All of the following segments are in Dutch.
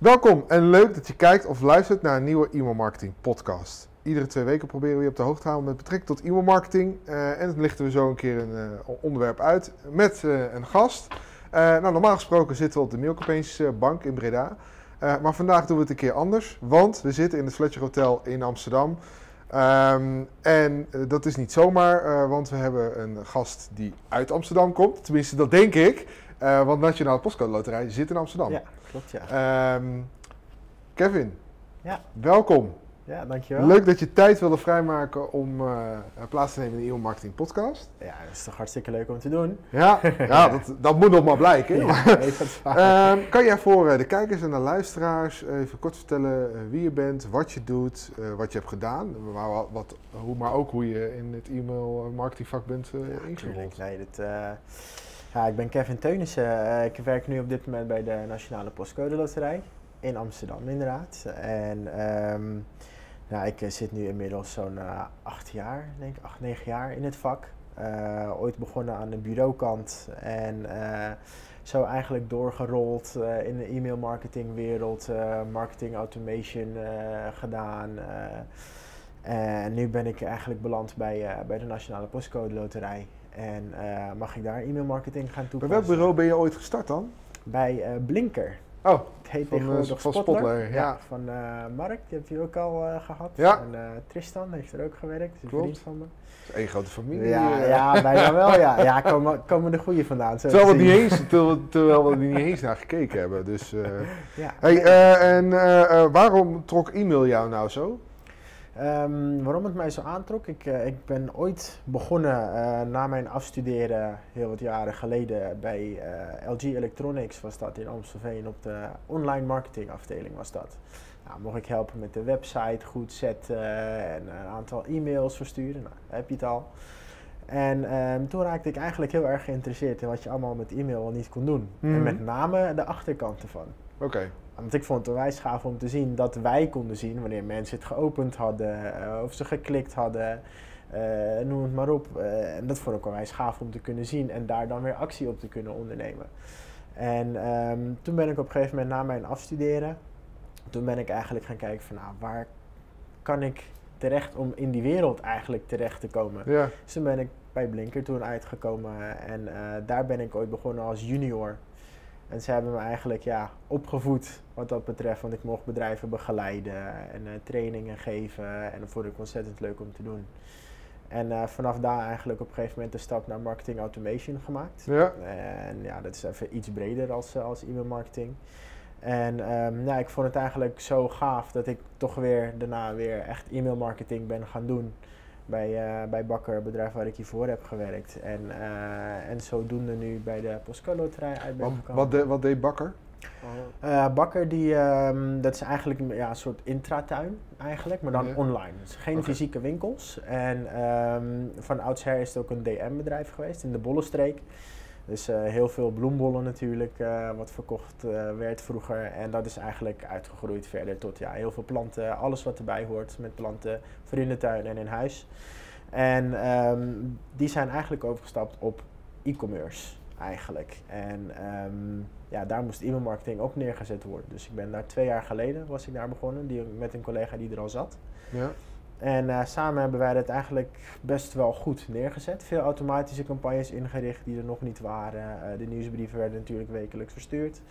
Welkom en leuk dat je kijkt of luistert naar een nieuwe e-mailmarketing podcast. Iedere 2 weken proberen we je op de hoogte te houden met betrekking tot e-mailmarketing. En dan lichten we zo een keer een onderwerp uit met een gast. Normaal gesproken zitten we op de Mailcampaigns bank in Breda. Maar vandaag doen we het een keer anders, want we zitten in het Fletcher Hotel in Amsterdam. En dat is niet zomaar, want we hebben een gast die uit Amsterdam komt. Tenminste, dat denk ik. Want Nationale Postcode Loterij zit in Amsterdam. Ja, klopt ja. Kevin, Ja. Welkom. Ja, dankjewel. Leuk dat je tijd wilde vrijmaken om plaats te nemen in de e-mailmarketing podcast. Ja, dat is toch hartstikke leuk om te doen. Ja, dat moet nog maar blijken. Ja, nee, dat is waar. Kan jij voor de kijkers en de luisteraars even kort vertellen wie je bent, wat je doet, wat je hebt gedaan, maar ook hoe je in het e-mailmarketingvak bent ingerold? Nee, ik ben Kevin Teunissen. Ik werk nu op dit moment bij de Nationale Postcode Loterij in Amsterdam inderdaad. En ik zit nu inmiddels zo'n 8 jaar, denk ik, 9 jaar in het vak. Ooit begonnen aan de bureaukant en zo eigenlijk doorgerold in de e-mailmarketingwereld, marketing automation gedaan. En nu ben ik eigenlijk beland bij de Nationale Postcode Loterij. En mag ik daar e-mailmarketing gaan toepassen. Bij welk bureau ben je ooit gestart dan? Bij Blinker. Oh, Het heet tegenwoordig van Spotler. ja. Van Mark, die hebt u ook al gehad. Ja. En Tristan heeft er ook gewerkt, is een Klopt. vriend van me. Dat is één grote familie. Ja, bijna wel ja. Ja, komen de goede vandaan. Terwijl we er niet eens naar gekeken hebben. Dus, ja. Waarom trok e-mail jou nou zo? Waarom het mij zo aantrok? Ik ben ooit begonnen na mijn afstuderen, heel wat jaren geleden, bij LG Electronics was dat in Amstelveen, op de online marketing afdeling was dat. Nou, mocht ik helpen met de website goed zetten en een aantal e-mails versturen, nou, heb je het al. En toen raakte ik eigenlijk heel erg geïnteresseerd in wat je allemaal met e-mail wel niet kon doen. En met name de achterkant ervan. Oké. Want ik vond het onwijs gaaf om te zien dat wij konden zien wanneer mensen het geopend hadden, of ze geklikt hadden, noem het maar op. En dat vond ik onwijs gaaf om te kunnen zien en daar dan weer actie op te kunnen ondernemen. En toen ben ik op een gegeven moment na mijn afstuderen, toen ben ik eigenlijk gaan kijken van waar kan ik terecht om in die wereld eigenlijk terecht te komen. Ja. Dus toen ben ik bij Blinker toen uitgekomen en daar ben ik ooit begonnen als junior. En ze hebben me eigenlijk opgevoed wat dat betreft, want ik mocht bedrijven begeleiden en trainingen geven en dat vond ik ontzettend leuk om te doen. En vanaf daar eigenlijk op een gegeven moment de stap naar marketing automation gemaakt. Ja. En dat is even iets breder als e-mailmarketing. En ik vond het eigenlijk zo gaaf dat ik toch daarna weer echt e-mailmarketing ben gaan doen. Bij Bakker, het bedrijf waar ik hiervoor heb gewerkt. En zodoende nu bij de Postcode Loterij uit ben gekomen. Wat deed Bakker? Bakker, dat is eigenlijk een soort intratuin eigenlijk, maar dan online. Dus geen fysieke winkels. En van oudsher is het ook een DM-bedrijf geweest in de Bollenstreek. Dus heel veel bloembollen natuurlijk, wat verkocht werd vroeger. En dat is eigenlijk uitgegroeid verder tot heel veel planten, alles wat erbij hoort met planten voor in de tuin en in huis. En die zijn eigenlijk overgestapt op e-commerce eigenlijk. En daar moest e-mailmarketing op neergezet worden. Dus ik ben daar 2 jaar geleden was ik daar begonnen, met een collega die er al zat. Ja. En samen hebben wij dat eigenlijk best wel goed neergezet. Veel automatische campagnes ingericht die er nog niet waren. De nieuwsbrieven werden natuurlijk wekelijks verstuurd.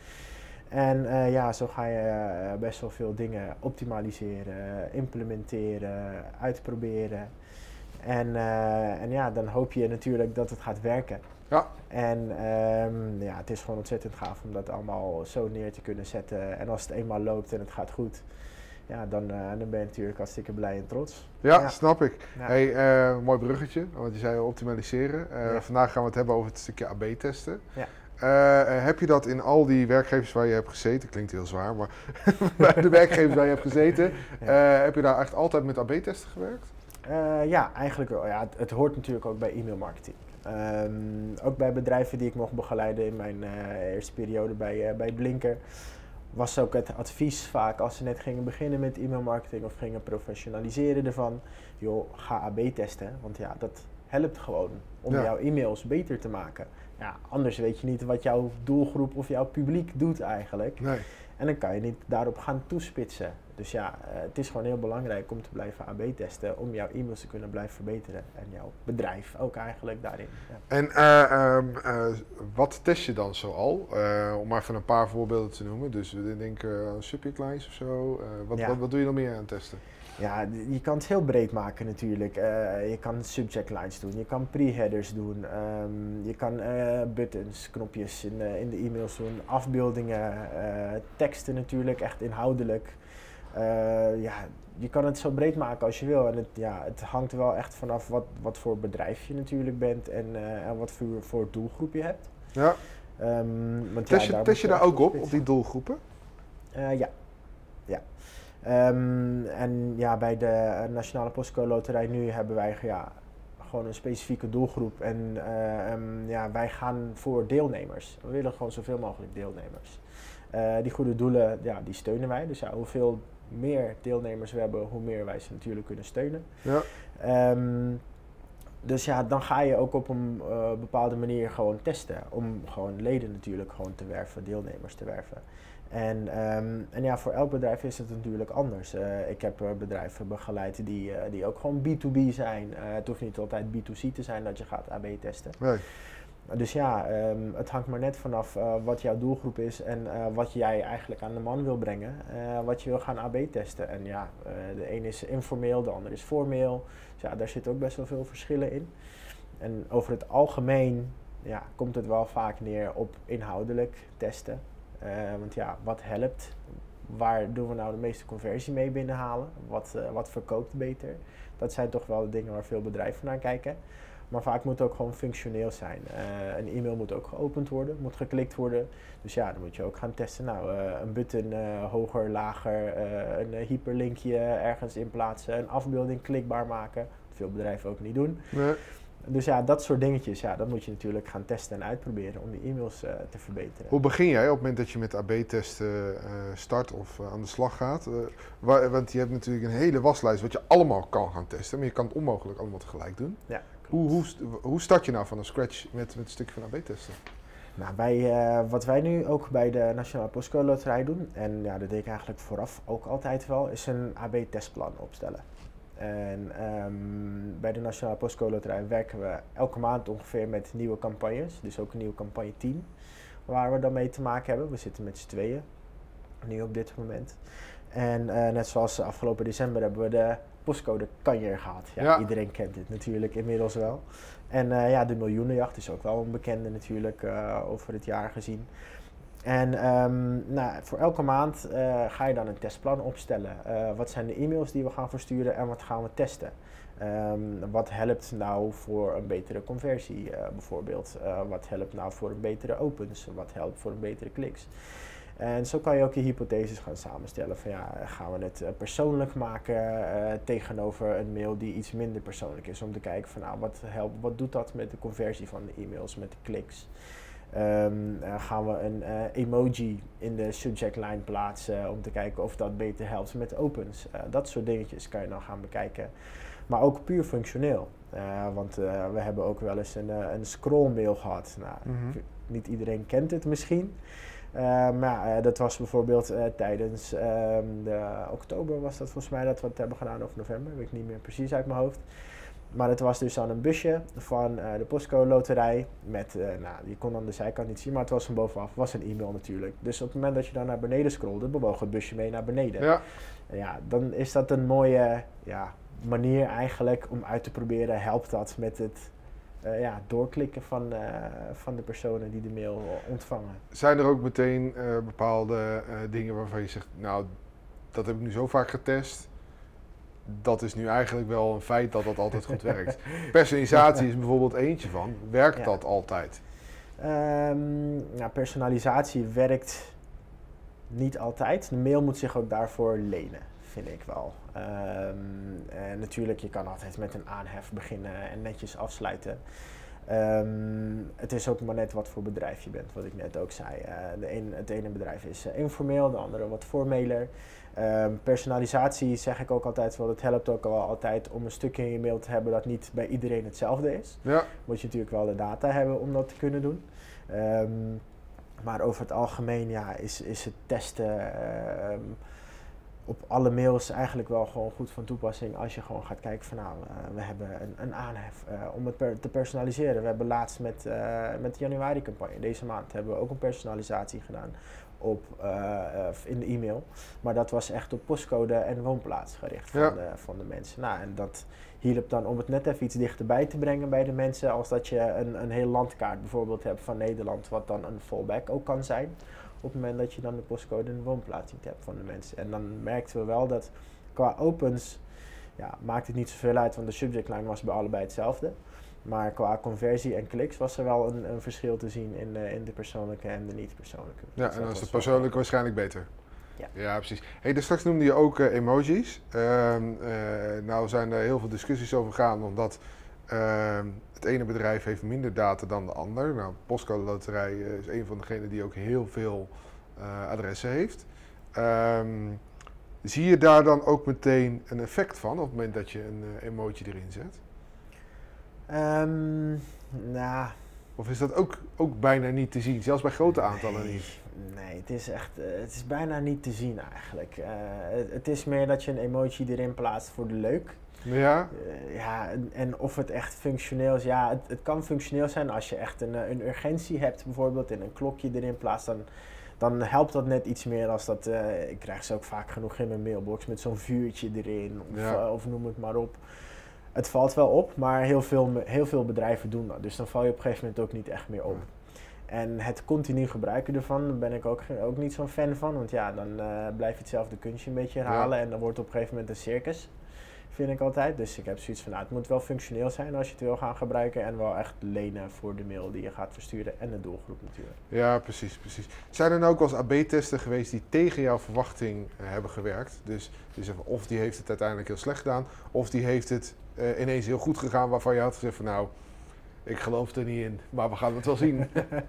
En zo ga je best wel veel dingen optimaliseren, implementeren, uitproberen. En dan hoop je natuurlijk dat het gaat werken. Ja. En het is gewoon ontzettend gaaf om dat allemaal zo neer te kunnen zetten. En als het eenmaal loopt en het gaat goed, dan ben je natuurlijk hartstikke blij en trots. Ja, snap ik. Ja. Hey, mooi bruggetje, want je zei optimaliseren. Vandaag gaan we het hebben over het stukje AB-testen. Ja. Heb je dat in al die werkgevers waar je hebt gezeten, klinkt heel zwaar, maar bij de werkgevers waar je hebt gezeten, heb je daar echt altijd met AB-testen gewerkt? Eigenlijk wel. Ja, het hoort natuurlijk ook bij e-mailmarketing. Ook bij bedrijven die ik mocht begeleiden in mijn eerste periode bij Blinker, was ook het advies vaak als ze net gingen beginnen met e-mailmarketing of gingen professionaliseren ervan, joh, ga AB testen, want dat helpt gewoon om jouw e-mails beter te maken. ja, anders weet je niet wat jouw doelgroep of jouw publiek doet eigenlijk. Nee. En dan kan je niet daarop gaan toespitsen. Dus ja, het is gewoon heel belangrijk om te blijven AB testen, om jouw e-mails te kunnen blijven verbeteren. En jouw bedrijf ook eigenlijk daarin. Ja. En wat test je dan zoal? Om maar even een paar voorbeelden te noemen. Dus we denken aan subject lines of zo. Wat doe je nog meer aan testen? Ja, je kan het heel breed maken natuurlijk. Je kan subject lines doen, je kan pre-headers doen, je kan buttons, knopjes in de e-mails doen, afbeeldingen, teksten natuurlijk, echt inhoudelijk. Ja, je kan het zo breed maken als je wil en het hangt wel echt vanaf wat voor bedrijf je natuurlijk bent en wat voor doelgroep je hebt. Ja. Want test je daar ook op die doelgroepen? Ja. En ja, bij de Nationale Postcode Loterij nu hebben wij gewoon een specifieke doelgroep en wij gaan voor deelnemers. We willen gewoon zoveel mogelijk deelnemers. Die goede doelen, ja, die steunen wij. Dus ja, hoeveel meer deelnemers we hebben, hoe meer wij ze natuurlijk kunnen steunen. Ja. Dus ja, dan ga je ook op een bepaalde manier gewoon testen. Om gewoon leden natuurlijk gewoon te werven, deelnemers te werven. En ja, voor elk bedrijf is het natuurlijk anders. Ik heb bedrijven begeleid die ook gewoon B2B zijn. Het hoeft niet altijd B2C te zijn dat je gaat AB testen. Nee. Dus ja, het hangt maar net vanaf wat jouw doelgroep is en wat jij eigenlijk aan de man wil brengen. Wat je wil gaan AB testen. En ja, de een is informeel, de ander is formeel. Dus ja, daar zitten ook best wel veel verschillen in. En over het algemeen komt het wel vaak neer op inhoudelijk testen. Want ja, wat helpt? Waar doen we nou de meeste conversie mee binnenhalen? Wat verkoopt beter? Dat zijn toch wel de dingen waar veel bedrijven naar kijken. Maar vaak moet het ook gewoon functioneel zijn. Een e-mail moet ook geopend worden, moet geklikt worden. Dus ja, dan moet je ook gaan testen. Nou, een button hoger, lager, een hyperlinkje ergens in plaatsen, een afbeelding klikbaar maken. Dat veel bedrijven ook niet doen. Nee. Dus ja, dat soort dingetjes, dat moet je natuurlijk gaan testen en uitproberen om die e-mails te verbeteren. Hoe begin jij op het moment dat je met AB-testen start of aan de slag gaat? Want je hebt natuurlijk een hele waslijst wat je allemaal kan gaan testen, maar je kan het onmogelijk allemaal tegelijk doen. Ja, hoe start je nou van een scratch met een stukje van AB-testen? Nou, wat wij nu ook bij de Nationale Postcode Loterij doen, en ja, dat deed ik eigenlijk vooraf ook altijd wel, is een AB-testplan opstellen. En bij de Nationale Postcode Loterij werken we elke maand ongeveer met nieuwe campagnes. Dus ook een nieuw campagneteam waar we dan mee te maken hebben. We zitten met z'n tweeën, nu op dit moment. En net zoals afgelopen december hebben we de postcode kanjer gehad. Ja. Iedereen kent dit natuurlijk inmiddels wel. En de miljoenenjacht is ook wel een bekende natuurlijk over het jaar gezien. En voor elke maand ga je dan een testplan opstellen. Wat zijn de e-mails die we gaan versturen en wat gaan we testen? Wat helpt nou voor een betere conversie bijvoorbeeld? Wat helpt nou voor een betere opens? Wat helpt voor een betere kliks? En zo kan je ook je hypotheses gaan samenstellen van gaan we het persoonlijk maken tegenover een mail die iets minder persoonlijk is. Om te kijken van wat doet dat met de conversie van de e-mails, met de kliks? Gaan we een emoji in de subject line plaatsen om te kijken of dat beter helpt met opens. Dat soort dingetjes kan je dan gaan bekijken. Maar ook puur functioneel. Want we hebben ook wel eens een scrollmail gehad. Nou, niet iedereen kent het misschien. Maar dat was bijvoorbeeld tijdens de oktober was dat volgens mij dat we het hebben gedaan, of november, weet ik niet meer precies uit mijn hoofd. Maar het was dus aan een busje van de Postcode Loterij met, je kon aan de zijkant niet zien, maar het was van bovenaf, was een e-mail natuurlijk. Dus op het moment dat je dan naar beneden scrollde, bewoog het busje mee naar beneden. Ja. En ja, dan is dat een mooie manier eigenlijk om uit te proberen, helpt dat met het doorklikken van de personen die de mail ontvangen. Zijn er ook meteen bepaalde dingen waarvan je zegt, nou, dat heb ik nu zo vaak getest, dat is nu eigenlijk wel een feit dat dat altijd goed werkt. Personalisatie is bijvoorbeeld eentje van. Werkt dat altijd? Personalisatie werkt niet altijd. De mail moet zich ook daarvoor lenen, vind ik wel. Natuurlijk, je kan altijd met een aanhef beginnen en netjes afsluiten. Het is ook maar net wat voor bedrijf je bent, wat ik net ook zei. Het ene bedrijf is informeel, de andere wat formeler. Personalisatie zeg ik ook altijd wel, het helpt ook wel altijd om een stukje in je mail te hebben dat niet bij iedereen hetzelfde is. Ja. Moet je natuurlijk wel de data hebben om dat te kunnen doen. Maar over het algemeen is het testen op alle mails eigenlijk wel gewoon goed van toepassing als je gewoon gaat kijken van we hebben een aanhef om het te personaliseren. We hebben laatst met de januari campagne, deze maand, hebben we ook een personalisatie gedaan in de e-mail. Maar dat was echt op postcode en woonplaats gericht van de mensen. Nou, en dat hielp dan om het net even iets dichterbij te brengen bij de mensen, als dat je een heel landkaart bijvoorbeeld hebt van Nederland, wat dan een fallback ook kan zijn. Op het moment dat je dan de postcode en de woonplaats niet hebt van de mensen. En dan merkten we wel dat qua opens maakt het niet zoveel uit, want de subject line was bij allebei hetzelfde. Maar qua conversie en kliks was er wel een verschil te zien in de persoonlijke en de niet-persoonlijke. Ja, en dan is de persoonlijke waarschijnlijk beter. Ja, precies. Hey, dus straks noemde je ook emojis. Nou zijn er heel veel discussies over gaan, omdat het ene bedrijf heeft minder data dan de ander. Nou, Postcode Loterij is een van degenen die ook heel veel adressen heeft. Zie je daar dan ook meteen een effect van op het moment dat je een emoji erin zet? Of is dat ook bijna niet te zien, zelfs bij grote aantallen niet? Nee, het is bijna niet te zien eigenlijk. Het is meer dat je een emoji erin plaatst voor de leuk. Ja? En of het echt functioneel is. Ja, het kan functioneel zijn als je echt een urgentie hebt bijvoorbeeld en een klokje erin plaatst. Dan helpt dat net iets meer als dat. Ik krijg ze ook vaak genoeg in mijn mailbox met zo'n vuurtje erin of noem het maar op. Het valt wel op, maar heel veel bedrijven doen dat. Dus dan val je op een gegeven moment ook niet echt meer op. En het continu gebruiken ervan, daar ben ik ook niet zo'n fan van. Want dan blijf je hetzelfde kunstje een beetje herhalen en dan wordt het op een gegeven moment een circus. Vind ik altijd. Dus ik heb zoiets van, het moet wel functioneel zijn als je het wil gaan gebruiken. En wel echt lenen voor de mail die je gaat versturen en de doelgroep natuurlijk. Ja, precies. Zijn er nou ook wel eens AB-testen geweest die tegen jouw verwachting hebben gewerkt? Dus of die heeft het uiteindelijk heel slecht gedaan, of die heeft het ineens heel goed gegaan waarvan je had gezegd van ik geloof er niet in, maar we gaan het wel zien.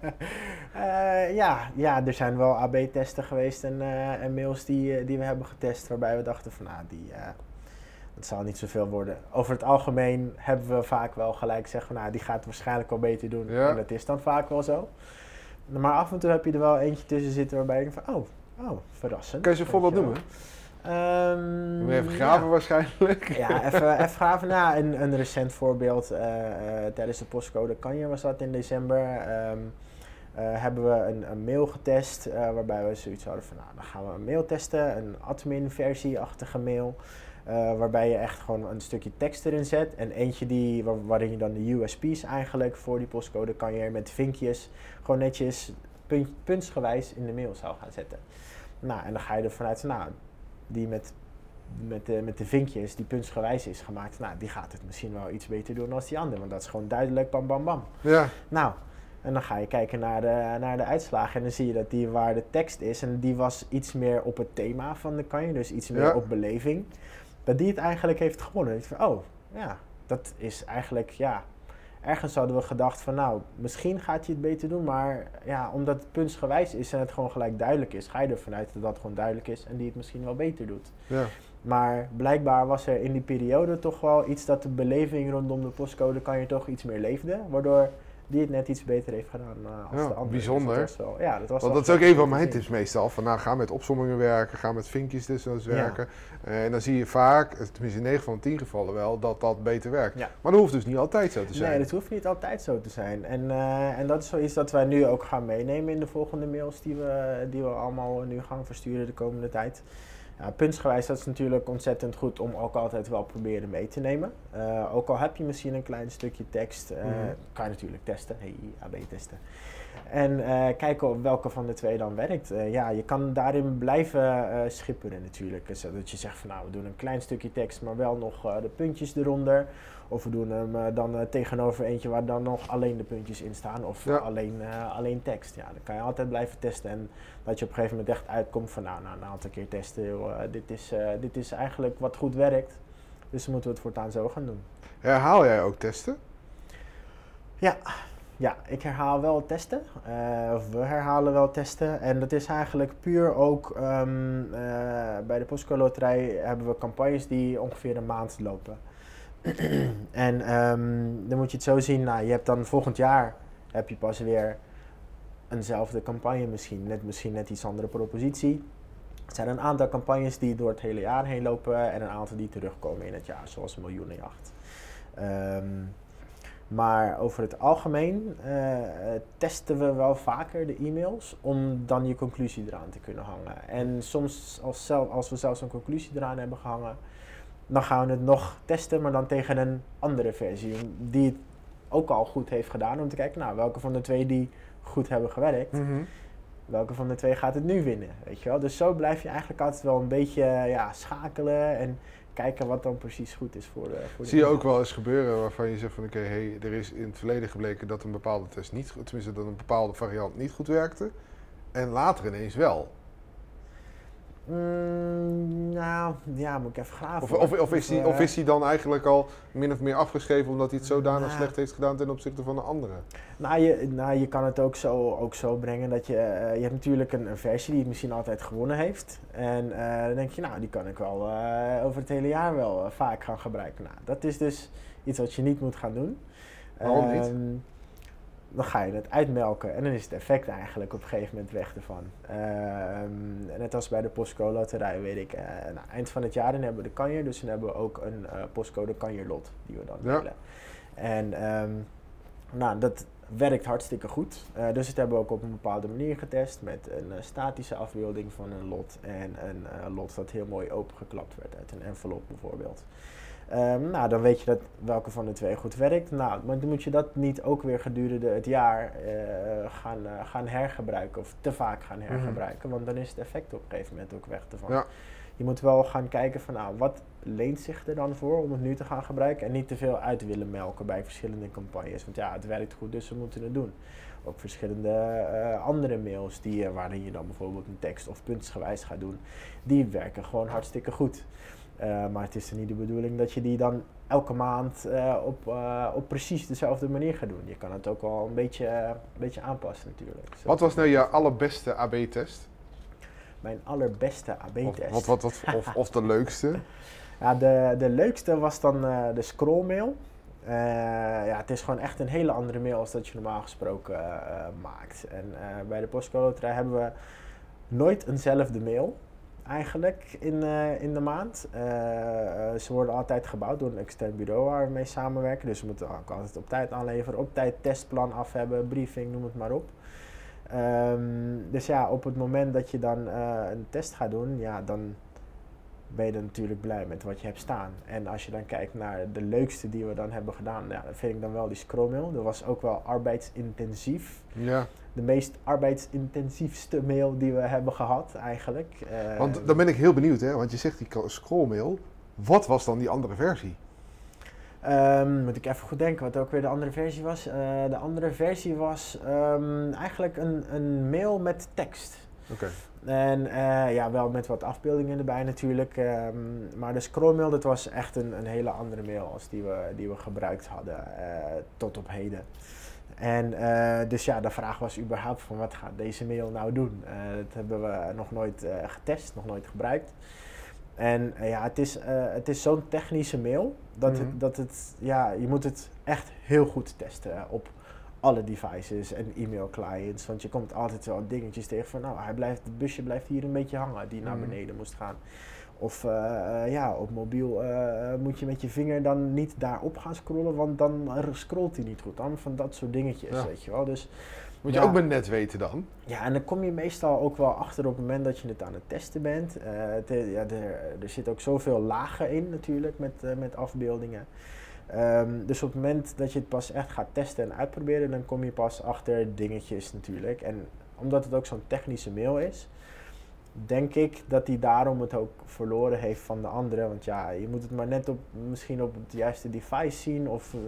Er zijn wel AB-testen geweest en mails die we hebben getest waarbij we dachten van dat zal niet zoveel worden. Over het algemeen hebben we vaak wel gelijk zeggen van die gaat het waarschijnlijk wel beter doen. Ja. En dat is dan vaak wel zo. Maar af en toe heb je er wel eentje tussen zitten waarbij je denkt van verrassend. Kun je ze een voorbeeld noemen? Even graven waarschijnlijk. Ja, even graven. Een recent voorbeeld. Tijdens de postcode Kanje was dat in december. Hebben we een mail getest waarbij we zoiets hadden van dan gaan we een mail testen. Een admin versie-achtige mail. Waarbij je echt gewoon een stukje tekst erin zet. En eentje waarin je dan de USP's eigenlijk voor die postcode Kanje met vinkjes gewoon netjes puntsgewijs in de mail zou gaan zetten. En dan ga je er vanuit die met de vinkjes die puntsgewijs is gemaakt, die gaat het misschien wel iets beter doen dan die andere, want dat is gewoon duidelijk bam bam bam. Ja. En dan ga je kijken naar de uitslagen en dan zie je dat die waar de tekst is en die was iets meer op het thema van de Kanje, dus iets meer op beleving, dat die het eigenlijk heeft gewonnen. Ik van, dat is eigenlijk, ergens hadden we gedacht van misschien gaat je het beter doen, maar omdat het puntsgewijs is en het gewoon gelijk duidelijk is, ga je ervan uit dat gewoon duidelijk is en die het misschien wel beter doet. Ja. Maar blijkbaar was er in die periode toch wel iets dat de beleving rondom de postcode Kanje toch iets meer leefde, waardoor die het net iets beter heeft gedaan als de andere. Bijzonder. Dus dat is ook een van mijn tips meestal. Van ga met opsommingen werken, ga met vinkjes dus werken. En dan zie je vaak, tenminste in 9 van de 10 gevallen wel, dat beter werkt. Ja. Maar dat hoeft dus niet altijd zo te zijn. Nee, dat hoeft niet altijd zo te zijn. En dat is zoiets dat wij nu ook gaan meenemen in de volgende mails die we allemaal nu gaan versturen de komende tijd. Puntsgewijs, dat is natuurlijk ontzettend goed om ook altijd wel proberen mee te nemen. Ook al heb je misschien een klein stukje tekst, kan je natuurlijk testen, AB testen. En kijken op welke van de twee dan werkt. Je kan daarin blijven schipperen natuurlijk. Zodat je zegt van we doen een klein stukje tekst, maar wel nog de puntjes eronder. Of we doen hem dan tegenover eentje waar dan nog alleen de puntjes in staan. Of alleen tekst. Dan kan je altijd blijven testen. En dat je op een gegeven moment echt uitkomt van na een aantal keer testen. Dit is eigenlijk wat goed werkt. Dus moeten we het voortaan zo gaan doen. Herhaal jij ook testen? Ja, ik herhaal wel testen. Of we herhalen wel testen. En dat is eigenlijk puur ook... bij de Postcode Loterij hebben we campagnes die ongeveer een maand lopen. En dan moet je het zo zien. Nou, je hebt dan volgend jaar heb je pas weer eenzelfde campagne misschien. Misschien net iets andere propositie. Er zijn een aantal campagnes die door het hele jaar heen lopen. En een aantal die terugkomen in het jaar. Zoals Miljoenenjacht. Maar over het algemeen testen we wel vaker de e-mails om dan je conclusie eraan te kunnen hangen. En soms als we zelfs een conclusie eraan hebben gehangen, dan gaan we het nog testen, maar dan tegen een andere versie die het ook al goed heeft gedaan. Om te kijken, nou, welke van de twee die goed hebben gewerkt, welke van de twee gaat het nu winnen, weet je wel. Dus zo blijf je eigenlijk altijd wel een beetje schakelen en kijken wat dan precies goed is voor de Zie je ook wel eens gebeuren waarvan je zegt van oké, er is in het verleden gebleken dat een bepaalde test niet goed, tenminste dat een bepaalde variant niet goed werkte en later ineens wel? Nou, ja, moet ik even graven. Of is hij dan eigenlijk al min of meer afgeschreven omdat hij het zodanig slecht heeft gedaan ten opzichte van de andere? Je kan het ook zo brengen dat je hebt natuurlijk een versie die het misschien altijd gewonnen heeft. En dan denk je, nou, die kan ik wel over het hele jaar wel vaak gaan gebruiken. Nou, dat is dus iets wat je niet moet gaan doen. Waarom niet? Dan ga je het uitmelken en dan is het effect eigenlijk op een gegeven moment weg ervan. Net als bij de Postcode Loterij weet ik, eind van het jaar dan hebben we de kanjer, dus dan hebben we ook een postcode kanjerlot die we dan delen. En dat werkt hartstikke goed. Dus dat hebben we ook op een bepaalde manier getest met een statische afbeelding van een lot en een lot dat heel mooi opengeklapt werd uit een envelop bijvoorbeeld. Dan weet je welke van de twee goed werkt. Nou, maar dan moet je dat niet ook weer gedurende het jaar gaan hergebruiken of te vaak gaan hergebruiken. Want dan is het effect op een gegeven moment ook weg ervan. Ja. Je moet wel gaan kijken van wat leent zich er dan voor om het nu te gaan gebruiken. En niet te veel uit willen melken bij verschillende campagnes. Want het werkt goed, dus we moeten het doen. Ook verschillende andere mails waarin je dan bijvoorbeeld een tekst of puntsgewijs gaat doen. Die werken gewoon hartstikke goed. Maar het is er niet de bedoeling dat je die dan elke maand op precies dezelfde manier gaat doen. Je kan het ook wel een beetje aanpassen natuurlijk. Wat was nou je allerbeste AB-test? Mijn allerbeste AB-test? Of de leukste? Ja, de leukste was dan de scrollmail. Het is gewoon echt een hele andere mail als dat je normaal gesproken maakt. En bij de Postcode Loterij hebben we nooit eenzelfde mail. Eigenlijk in de maand. Ze worden altijd gebouwd door een extern bureau waar we mee samenwerken. Dus we moeten ook altijd op tijd aanleveren, op tijd testplan af hebben, briefing, noem het maar op. Dus op het moment dat je dan een test gaat doen, dan ben je natuurlijk blij met wat je hebt staan. En als je dan kijkt naar de leukste die we dan hebben gedaan, dan vind ik dan wel die scrollmail. Dat was ook wel arbeidsintensief. Ja. De meest arbeidsintensiefste mail die we hebben gehad eigenlijk. Want dan ben ik heel benieuwd, hè? Want je zegt die scrollmail. Wat was dan die andere versie? Moet ik even goed denken wat ook weer de andere versie was. De andere versie was eigenlijk een mail met tekst. Oké. En wel met wat afbeeldingen erbij natuurlijk. Maar de scrollmail, dat was echt een hele andere mail als die we gebruikt hadden tot op heden. En dus de vraag was überhaupt van wat gaat deze mail nou doen? Dat hebben we nog nooit getest, nog nooit gebruikt. En het is zo'n technische mail dat je moet het echt heel goed testen op alle devices en e-mail clients. Want je komt altijd wel dingetjes tegen van het busje blijft hier een beetje hangen die naar beneden moest gaan. Of op mobiel moet je met je vinger dan niet daarop gaan scrollen, want dan scrolt hij niet goed. Dan van dat soort dingetjes, weet je wel. Dus, moet je ook met net weten dan? Ja, en dan kom je meestal ook wel achter op het moment dat je het aan het testen bent. Er zit ook zoveel lagen in natuurlijk met afbeeldingen. Dus op het moment dat je het pas echt gaat testen en uitproberen, dan kom je pas achter dingetjes natuurlijk. En omdat het ook zo'n technische mail is, denk ik dat hij daarom het ook verloren heeft van de andere. Want je moet het maar net misschien op het juiste device zien.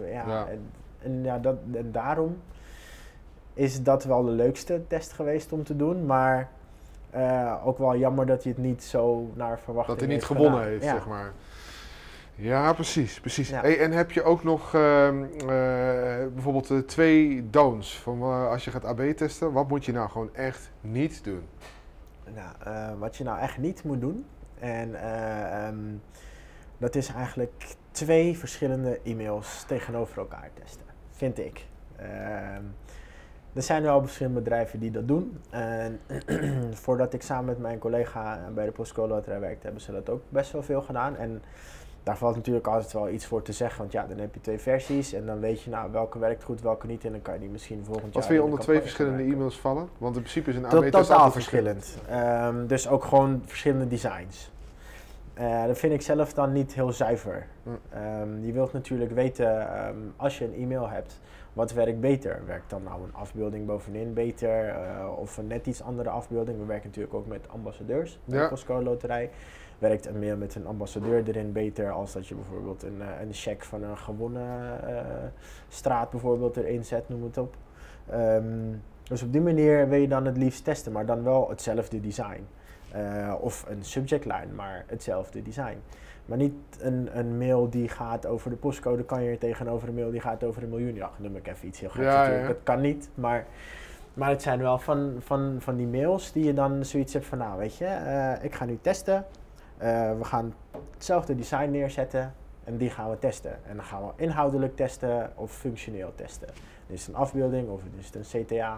En daarom is dat wel de leukste test geweest om te doen. Maar ook wel jammer dat hij het niet zo naar verwachting heeft dat hij niet gewonnen gedaan. heeft, zeg maar. Ja, precies. Ja. Hey, en heb je ook nog bijvoorbeeld 2 don'ts van als je gaat AB testen? Wat moet je nou gewoon echt niet doen? Nou, wat je nou echt niet moet doen, en dat is eigenlijk 2 verschillende e-mails tegenover elkaar testen, vind ik. Er zijn wel verschillende bedrijven die dat doen. En voordat ik samen met mijn collega bij de Postcode Loterij werkte, hebben ze dat ook best wel veel gedaan. En daar valt natuurlijk altijd wel iets voor te zeggen, want ja, dan heb je 2 versies en dan weet je nou welke werkt goed, welke niet en dan kan je die misschien volgend jaar... Wat vind je onder 2 verschillende e-mails vallen? Want in principe is een AB-test totaal altijd verschillend. Dus ook gewoon verschillende designs. Dat vind ik zelf dan niet heel zuiver. Je wilt natuurlijk weten, als je een e-mail hebt, wat werkt beter? Werkt dan nou een afbeelding bovenin beter of een net iets andere afbeelding? We werken natuurlijk ook met ambassadeurs bij de Postcode Loterij. Werkt een mail met een ambassadeur erin beter als dat je bijvoorbeeld een cheque van een gewonnen straat bijvoorbeeld erin zet, noem het op. Dus op die manier wil je dan het liefst testen, maar dan wel hetzelfde design. Of een subject line, maar hetzelfde design. Maar niet een mail die gaat over de postcode, kan je tegenover een mail die gaat over 1 miljoen. Ja, noem ik even iets heel geks natuurlijk. Ja. Dat kan niet, maar het zijn wel van die mails die je dan zoiets hebt van, nou weet je, ik ga nu testen. We gaan hetzelfde design neerzetten en die gaan we testen. En dan gaan we inhoudelijk testen of functioneel testen. Dit is een afbeelding of dit is een CTA.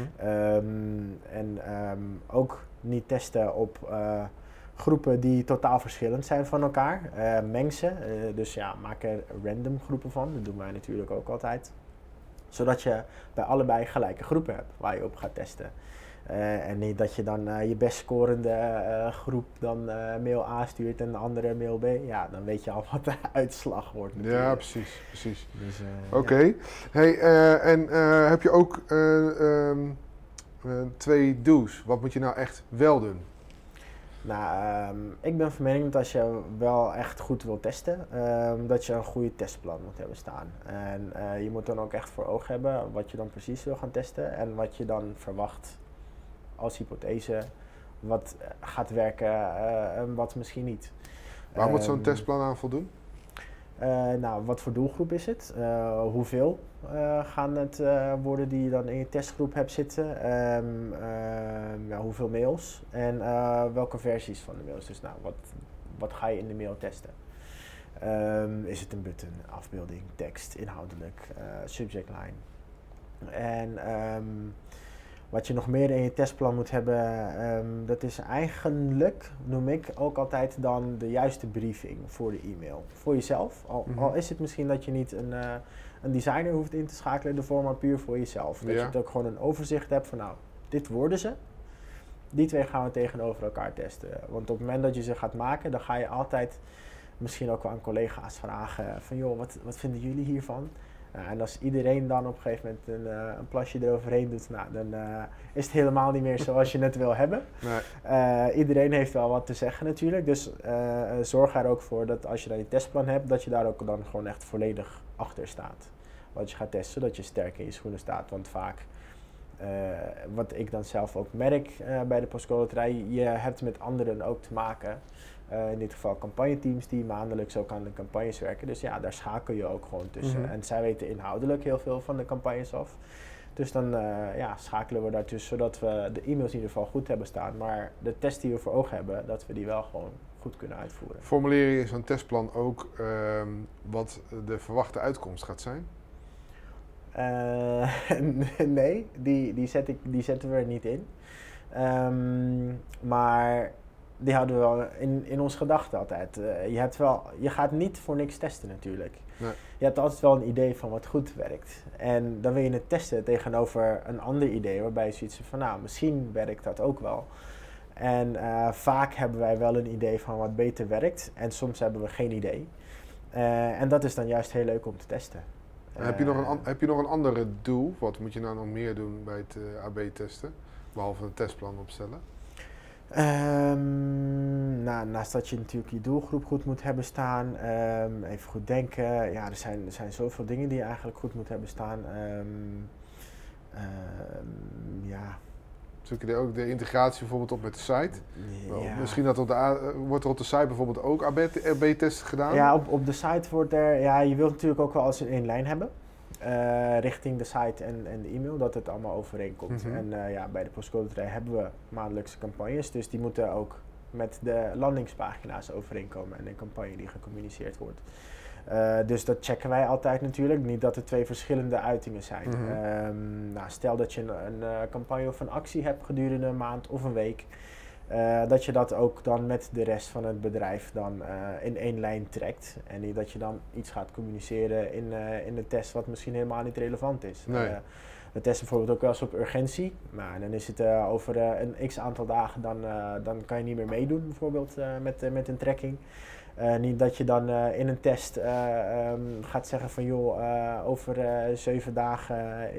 Ook niet testen op groepen die totaal verschillend zijn van elkaar. Meng ze, dus ja, maak er random groepen van. Dat doen wij natuurlijk ook altijd. Zodat je bij allebei gelijke groepen hebt waar je op gaat testen. En niet dat je dan je best scorende groep dan mail A stuurt en de andere mail B. Ja, dan weet je al wat de uitslag wordt natuurlijk. Ja, precies. Dus, Oké. Ja. Hey, heb je ook 2 do's? Wat moet je nou echt wel doen? Nou, ik ben van mening dat als je wel echt goed wil testen, dat je een goede testplan moet hebben staan. En je moet dan ook echt voor ogen hebben wat je dan precies wil gaan testen en wat je dan verwacht als hypothese, wat gaat werken en wat misschien niet. Waar moet zo'n testplan aan voldoen? Nou, wat voor doelgroep is het? Hoeveel gaan het worden die je dan in je testgroep hebt zitten? Hoeveel mails? En welke versies van de mails? Dus nou, wat ga je in de mail testen? Is het een button, afbeelding, tekst, inhoudelijk, subject line? En wat je nog meer in je testplan moet hebben, dat is eigenlijk, noem ik ook altijd dan de juiste briefing voor de e-mail. Voor jezelf, al is het misschien dat je niet een designer hoeft in te schakelen ervoor, maar puur voor jezelf. Dat je het ook gewoon een overzicht hebt van nou, dit worden ze. Die 2 gaan we tegenover elkaar testen. Want op het moment dat je ze gaat maken, dan ga je altijd misschien ook wel aan collega's vragen van joh, wat vinden jullie hiervan? En als iedereen dan op een gegeven moment een plasje eroverheen doet, nou, dan is het helemaal niet meer zoals je het wil hebben. Nee. Iedereen heeft wel wat te zeggen natuurlijk, dus zorg er ook voor dat als je dan je testplan hebt, dat je daar ook dan gewoon echt volledig achter staat. Wat je gaat testen, zodat je sterk in je schoenen staat, want vaak, wat ik dan zelf ook merk bij de Postcode Loterij, je hebt met anderen ook te maken. In dit geval campagneteams die maandelijks ook aan de campagnes werken. Dus ja, daar schakel je ook gewoon tussen. En zij weten inhoudelijk heel veel van de campagnes af. Dus dan schakelen we daartussen, zodat we de e-mails in ieder geval goed hebben staan. Maar de test die we voor ogen hebben, dat we die wel gewoon goed kunnen uitvoeren. Formuleer je in zo'n testplan ook wat de verwachte uitkomst gaat zijn? Nee, die zetten we er niet in. Maar die houden we wel in ons gedachten altijd. Je gaat niet voor niks testen natuurlijk. Nee. Je hebt altijd wel een idee van wat goed werkt. En dan wil je het testen tegenover een ander idee waarbij je zoiets van nou, misschien werkt dat ook wel. En vaak hebben wij wel een idee van wat beter werkt en soms hebben we geen idee. En dat is dan juist heel leuk om te testen. Heb je nog een andere doel? Wat moet je nou nog meer doen bij het AB-testen? Behalve een testplan opstellen? Naast dat je natuurlijk je doelgroep goed moet hebben staan, even goed denken. Ja, er zijn zoveel dingen die je eigenlijk goed moet hebben staan. Zoek je ook de integratie bijvoorbeeld op met de site? Ja. Misschien dat wordt er op de site bijvoorbeeld ook AB-testen gedaan? Ja, op de site wordt er... Ja, je wilt natuurlijk ook wel alles in één lijn hebben. Richting de site en de e-mail, dat het allemaal overeenkomt. En bij de Postcode Loterij hebben we maandelijkse campagnes. Dus die moeten ook met de landingspagina's overeenkomen en de campagne die gecommuniceerd wordt. Dus dat checken wij altijd natuurlijk. Niet dat er 2 verschillende uitingen zijn. Stel dat je een campagne of een actie hebt gedurende een maand of een week. Dat je dat ook dan met de rest van het bedrijf dan in één lijn trekt. En niet dat je dan iets gaat communiceren in de test wat misschien helemaal niet relevant is. Nee. We testen bijvoorbeeld ook wel eens op urgentie. Maar dan is het over een x aantal dagen, dan kan je niet meer meedoen bijvoorbeeld met een tracking. Niet dat je dan in een test gaat zeggen van joh, over 7 dagen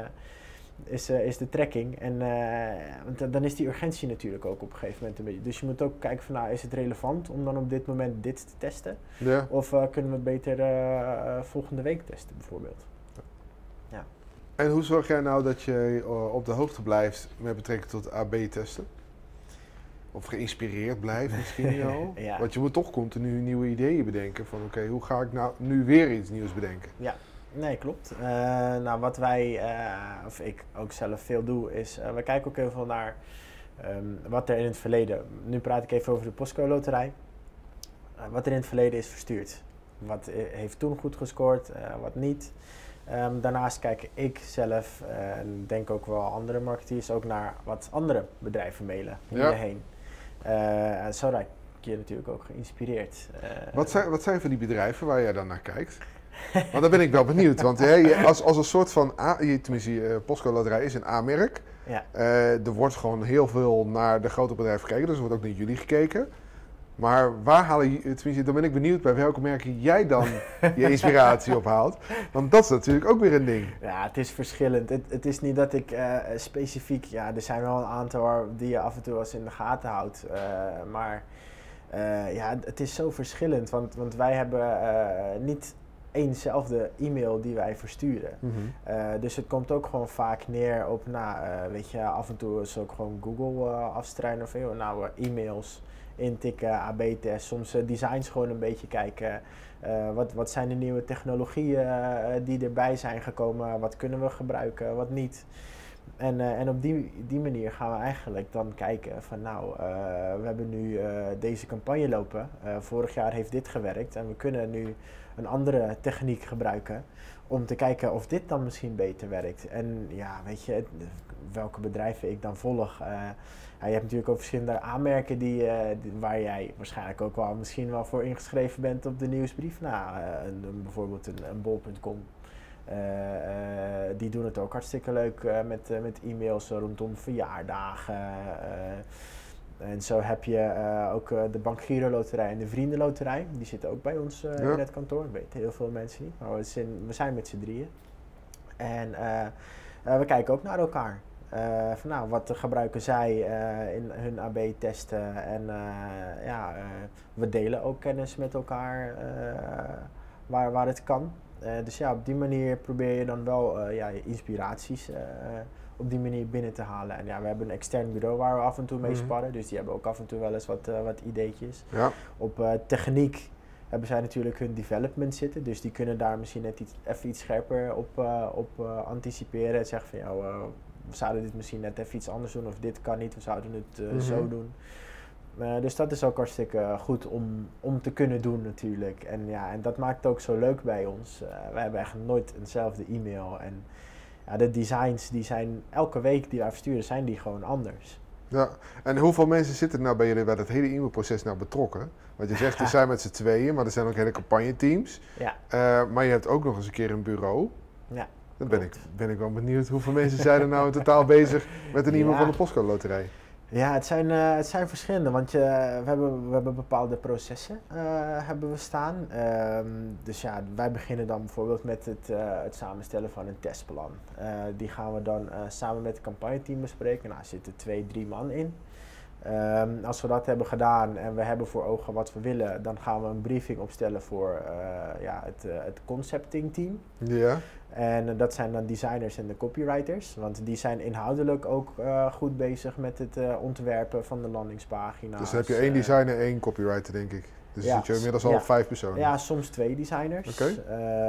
is de tracking. En want dan is die urgentie natuurlijk ook op een gegeven moment een beetje. Dus je moet ook kijken van is het relevant om dan op dit moment dit te testen? Ja. Of kunnen we het beter volgende week testen bijvoorbeeld? Ja. En hoe zorg jij nou dat je op de hoogte blijft met betrekking tot AB-testen? Of geïnspireerd blijft misschien wel? Ja. Want je moet toch continu nieuwe ideeën bedenken van oké, hoe ga ik nou nu weer iets nieuws bedenken? Ja. Nee, klopt. Wat wij, of ik ook zelf veel doe, is we kijken ook heel veel naar wat er in het verleden, nu praat ik even over de Postcode Loterij, wat er in het verleden is verstuurd. Wat heeft toen goed gescoord, wat niet. Daarnaast kijk ik zelf, en denk ook wel andere marketeers, ook naar wat andere bedrijven mailen om je heen. Zo raak je natuurlijk ook geïnspireerd. Wat zijn van die bedrijven waar jij dan naar kijkt? Want daar ben ik wel benieuwd, want als een soort van, tenminste Postcode Loterij is een A-merk. Ja. Er wordt gewoon heel veel naar de grote bedrijven gekeken, dus er wordt ook naar jullie gekeken. Maar waar haal je, tenminste dan ben ik benieuwd bij welke merken jij dan je inspiratie ophaalt. Want dat is natuurlijk ook weer een ding. Ja, het is verschillend. Het is niet dat ik specifiek, er zijn wel een aantal die je af en toe wel eens in de gaten houdt. Maar het is zo verschillend, want wij hebben niet éénzelfde e-mail die wij versturen. Dus het komt ook gewoon vaak neer op, af en toe is ook gewoon Google afstruinen van, e-mails intikken, AB-test, soms designs gewoon een beetje kijken. Wat zijn de nieuwe technologieën die erbij zijn gekomen, wat kunnen we gebruiken, wat niet. En op die manier gaan we eigenlijk dan kijken van we hebben nu deze campagne lopen. Vorig jaar heeft dit gewerkt en we kunnen nu een andere techniek gebruiken om te kijken of dit dan misschien beter werkt. En welke bedrijven ik dan volg. Je hebt natuurlijk ook verschillende aanmerken waar jij waarschijnlijk ook wel misschien wel voor ingeschreven bent op de nieuwsbrief. Bijvoorbeeld een bol.com. Die doen het ook hartstikke leuk met e-mails rondom verjaardagen. En zo heb je ook de Bank Giro Loterij en de Vriendenloterij. Die zitten ook bij ons in het kantoor. Dat weten heel veel mensen niet. Maar we zijn met z'n drieën. En we kijken ook naar elkaar. Wat gebruiken zij in hun AB-testen. En we delen ook kennis met elkaar waar het kan. Dus op die manier probeer je dan wel je inspiraties op die manier binnen te halen. En we hebben een extern bureau waar we af en toe mee sparren. Dus die hebben ook af en toe wel eens wat ideetjes. Ja. Op techniek hebben zij natuurlijk hun development zitten. Dus die kunnen daar misschien net even iets scherper op anticiperen. En zeggen van we zouden dit misschien net even iets anders doen. Of dit kan niet, we zouden het zo doen. Dus dat is ook hartstikke goed om te kunnen doen natuurlijk. En dat maakt het ook zo leuk bij ons. Wij hebben eigenlijk nooit eenzelfde e-mail. En de designs die zijn elke week die wij versturen, zijn die gewoon anders. Ja, en hoeveel mensen zitten nou bij jullie bij dat hele e-mailproces betrokken? Want je zegt, er zijn met z'n tweeën, maar er zijn ook hele campagneteams. Ja. Maar je hebt ook nog eens een keer een bureau. Ja. Dan ben ik wel benieuwd hoeveel mensen zijn er nou in totaal bezig met een e-mail van de Postcode Loterij. Ja, het zijn verschillende, want we hebben bepaalde processen hebben we staan. Dus wij beginnen dan bijvoorbeeld met het samenstellen van een testplan. Die gaan we dan samen met het campagneteam bespreken. Er zitten 2-3 man in. Als we dat hebben gedaan en we hebben voor ogen wat we willen, dan gaan we een briefing opstellen voor het concepting team. Ja. En dat zijn dan designers en de copywriters, want die zijn inhoudelijk ook goed bezig met het ontwerpen van de landingspagina's. Dus dan heb je 1 designer en 1 copywriter, denk ik. Dus zit je inmiddels al 5 personen. Ja, soms 2 designers. Oké.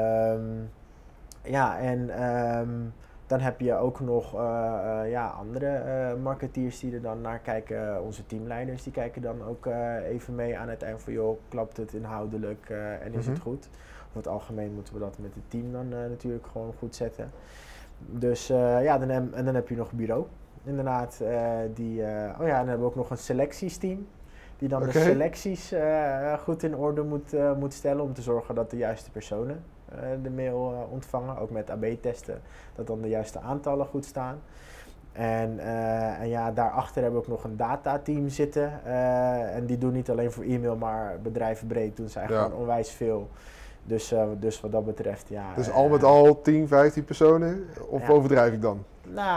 Dan heb je ook nog andere marketeers die er dan naar kijken. Onze teamleiders die kijken dan ook even mee aan het eind van, joh, klapt het inhoudelijk en is het goed? Over het algemeen moeten we dat met het team dan natuurlijk gewoon goed zetten. Dus dan heb je nog een bureau. Inderdaad, dan hebben we ook nog een selectiesteam. Die dan de selecties goed in orde moet stellen om te zorgen dat de juiste personen de mail ontvangen. Ook met AB-testen, dat dan de juiste aantallen goed staan. En daarachter hebben we ook nog een datateam zitten. En die doen niet alleen voor e-mail, maar bedrijvenbreed doen zij gewoon onwijs veel. Dus wat dat betreft, ja. Dus al met al 10, 15 personen? Of overdrijf ik dan?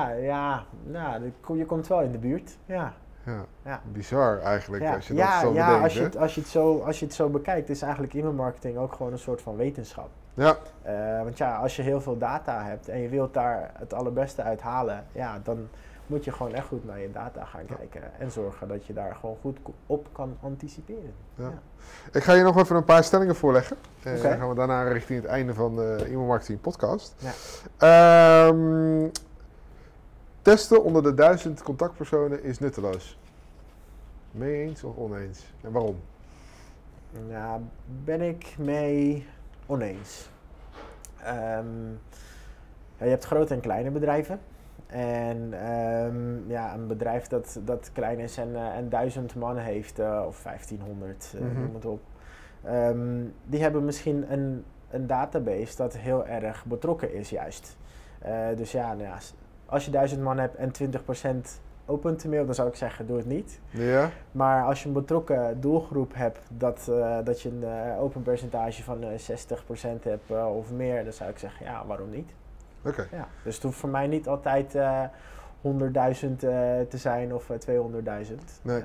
Je komt wel in de buurt, ja. Ja, bizar eigenlijk als je dat zo bedenkt. Als je het zo bekijkt, is eigenlijk e-mailmarketing ook gewoon een soort van wetenschap. Ja. Want als je heel veel data hebt en je wilt daar het allerbeste uit halen, dan moet je gewoon echt goed naar je data gaan kijken en zorgen dat je daar gewoon goed op kan anticiperen. Ja. Ik ga je nog even een paar stellingen voorleggen. Dan gaan we daarna richting het einde van de e-mailmarketing podcast. Ja. Testen onder de 1000 contactpersonen is nutteloos. Mee eens of oneens? En waarom? Nou, ben ik mee oneens. Je hebt grote en kleine bedrijven. En een bedrijf dat klein is en 1000 man heeft, of 1500, noem het op. Die hebben misschien een database dat heel erg betrokken is juist. Als je 1000 man hebt en 20% open te mail, dan zou ik zeggen, doe het niet. Ja. Maar als je een betrokken doelgroep hebt, dat je een open percentage van 60% hebt of meer, dan zou ik zeggen, ja, waarom niet? Oké. Ja, dus het hoeft voor mij niet altijd 100.000 te zijn of 200.000. Nee.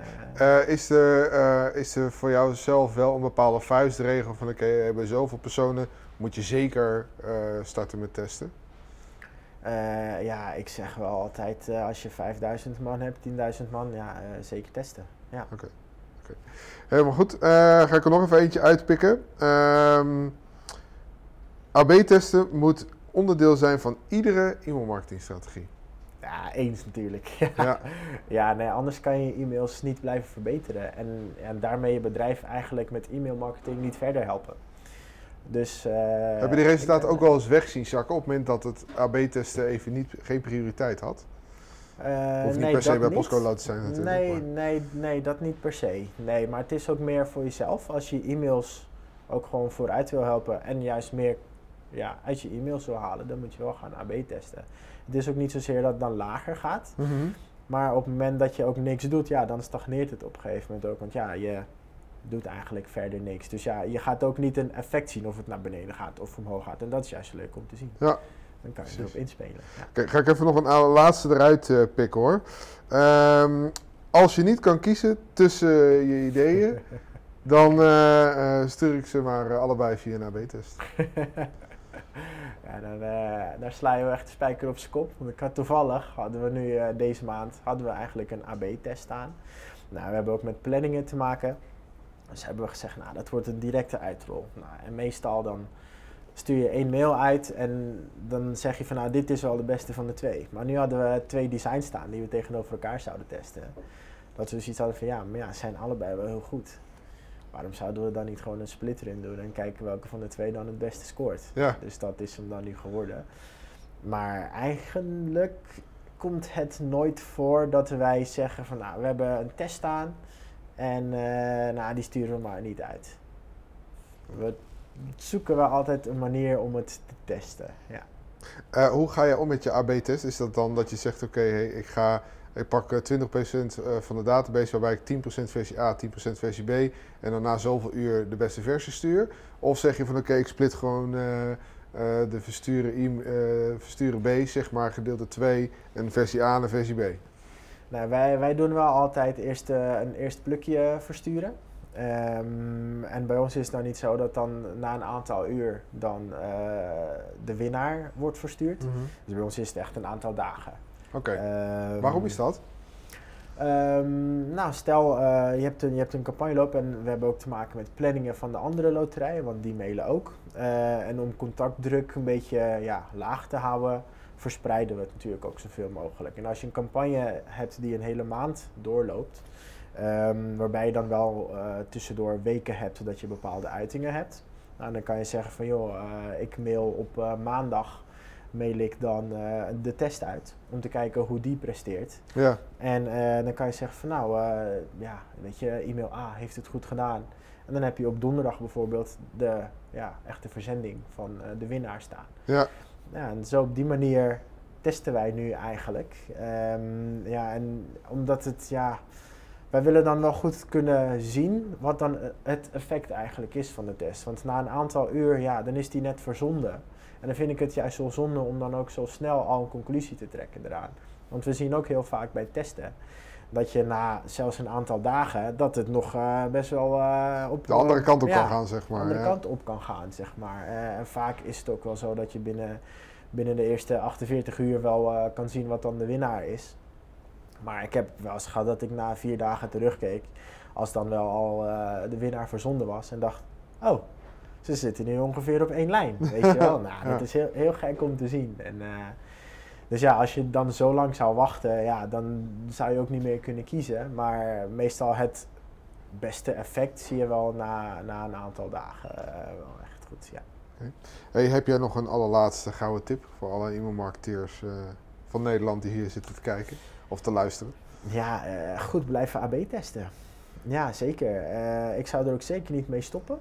Is er voor jou zelf wel een bepaalde vuistregel van we hebben zoveel personen, moet je zeker starten met testen? Ik zeg wel altijd, als je 5000 man hebt, 10.000 man, zeker testen. Ja. Oké. Helemaal goed. Ga ik er nog even eentje uitpikken. AB-testen moet onderdeel zijn van iedere e-mailmarketingstrategie. Ja, eens natuurlijk. Ja. Anders kan je e-mails niet blijven verbeteren. En daarmee je bedrijf eigenlijk met e-mailmarketing niet verder helpen. Dus, heb je die resultaten ook wel eens weg zien zakken op het moment dat het AB-testen even geen prioriteit had? Of niet per se bij Postcode Loterij zijn natuurlijk. Nee, dat niet per se. Nee, maar het is ook meer voor jezelf. Als je e-mails ook gewoon vooruit wil helpen en juist meer uit je e-mails wil halen, dan moet je wel gaan AB-testen. Het is ook niet zozeer dat het dan lager gaat. Maar op het moment dat je ook niks doet, dan stagneert het op een gegeven moment ook. Want je doet eigenlijk verder niks. Dus je gaat ook niet een effect zien of het naar beneden gaat of omhoog gaat. En dat is juist leuk om te zien. Ja. Dan kan je erop inspelen. Ja. Kijk, ga ik even nog een laatste eruit pikken hoor. Als je niet kan kiezen tussen je ideeën, dan stuur ik ze maar allebei via een AB-test. Daar sla je wel echt de spijker op zijn kop. Want toevallig hadden we nu deze maand eigenlijk een AB-test staan. Nou, we hebben ook met planningen te maken. Dus hebben we gezegd, dat wordt een directe uitrol. En meestal dan stuur je 1 mail uit en dan zeg je van dit is wel de beste van de 2. Maar nu hadden we 2 designs staan die we tegenover elkaar zouden testen. Dat we dus iets hadden van ze zijn allebei wel heel goed. Waarom zouden we dan niet gewoon een split erin doen en kijken welke van de 2 dan het beste scoort? Ja. Dus dat is hem dan nu geworden. Maar eigenlijk komt het nooit voor dat wij zeggen van we hebben een test staan en die sturen we maar niet uit. We zoeken wel altijd een manier om het te testen. Ja. Hoe ga je om met je AB-test? Is dat dan dat je zegt ik pak 20% van de database waarbij ik 10% versie A, 10% versie B en dan na zoveel uur de beste versie stuur? Of zeg je van ik split gewoon de versturen B, zeg maar gedeelte 2 en versie A en versie B? Nou, wij doen wel altijd eerst een eerst plukje versturen. En bij ons is het nou niet zo dat dan na een aantal uur dan de winnaar wordt verstuurd. Dus bij ons is het echt een aantal dagen. Oké. Waarom is dat? Nou, stel je hebt een campagne lopen en we hebben ook te maken met planningen van de andere loterijen, want die mailen ook. En om contactdruk een beetje laag te houden, verspreiden we het natuurlijk ook zoveel mogelijk. En als je een campagne hebt die een hele maand doorloopt, waarbij je dan wel tussendoor weken hebt dat je bepaalde uitingen hebt, nou, dan kan je zeggen van joh, ik mail op maandag mail ik dan de test uit om te kijken hoe die presteert. Ja. En dan kan je zeggen van nou, weet je, e-mail A heeft het goed gedaan. En dan heb je op donderdag bijvoorbeeld de echte verzending van de winnaar staan. Ja. Ja, en zo op die manier testen wij nu eigenlijk. En omdat het, wij willen dan wel goed kunnen zien wat dan het effect eigenlijk is van de test. Want na een aantal uur, dan is die net verzonden. En dan vind ik het juist zo zonde om dan ook zo snel al een conclusie te trekken eraan. Want we zien ook heel vaak bij testen dat je na zelfs een aantal dagen, dat het nog best wel op de andere kant op kan gaan, zeg maar. De andere kant op kan gaan, zeg maar. En vaak is het ook wel zo dat je binnen de eerste 48 uur wel kan zien wat dan de winnaar is. Maar ik heb wel eens gehad dat ik na 4 dagen terugkeek, als dan wel al de winnaar verzonden was en dacht, oh, ze zitten nu ongeveer op 1 lijn, weet je wel. Nou, dat is heel gek om te zien. En, dus als je dan zo lang zou wachten, dan zou je ook niet meer kunnen kiezen. Maar meestal het beste effect zie je wel na een aantal dagen wel echt goed, ja. Okay. Hey, heb jij nog een allerlaatste gouden tip voor alle e-mailmarketeers van Nederland die hier zitten te kijken of te luisteren? Ja, goed blijven AB testen. Ja, zeker. Ik zou er ook zeker niet mee stoppen.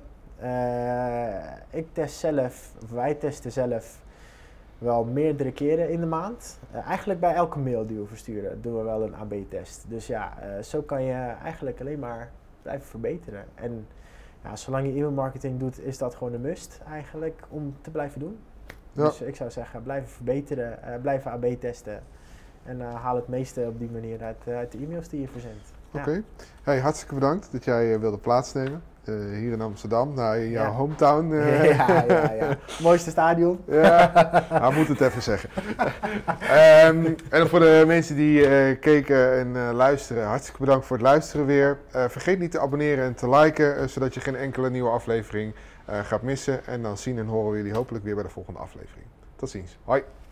Wij testen zelf wel meerdere keren in de maand. Eigenlijk bij elke mail die we versturen doen we wel een AB-test. Dus zo kan je eigenlijk alleen maar blijven verbeteren. En zolang je e-mailmarketing doet, is dat gewoon een must eigenlijk om te blijven doen. Ja. Dus ik zou zeggen, blijven verbeteren, blijven AB testen. En haal het meeste op die manier uit de e-mails die je verzendt. Oké. Hey, hartstikke bedankt dat jij wilde plaatsnemen. Hier in Amsterdam, naar jouw hometown. Ja. Mooiste stadion. Ja, moet het even zeggen. En voor de mensen die keken en luisteren, hartstikke bedankt voor het luisteren weer. Vergeet niet te abonneren en te liken, zodat je geen enkele nieuwe aflevering gaat missen. En dan zien en horen we jullie hopelijk weer bij de volgende aflevering. Tot ziens. Hoi.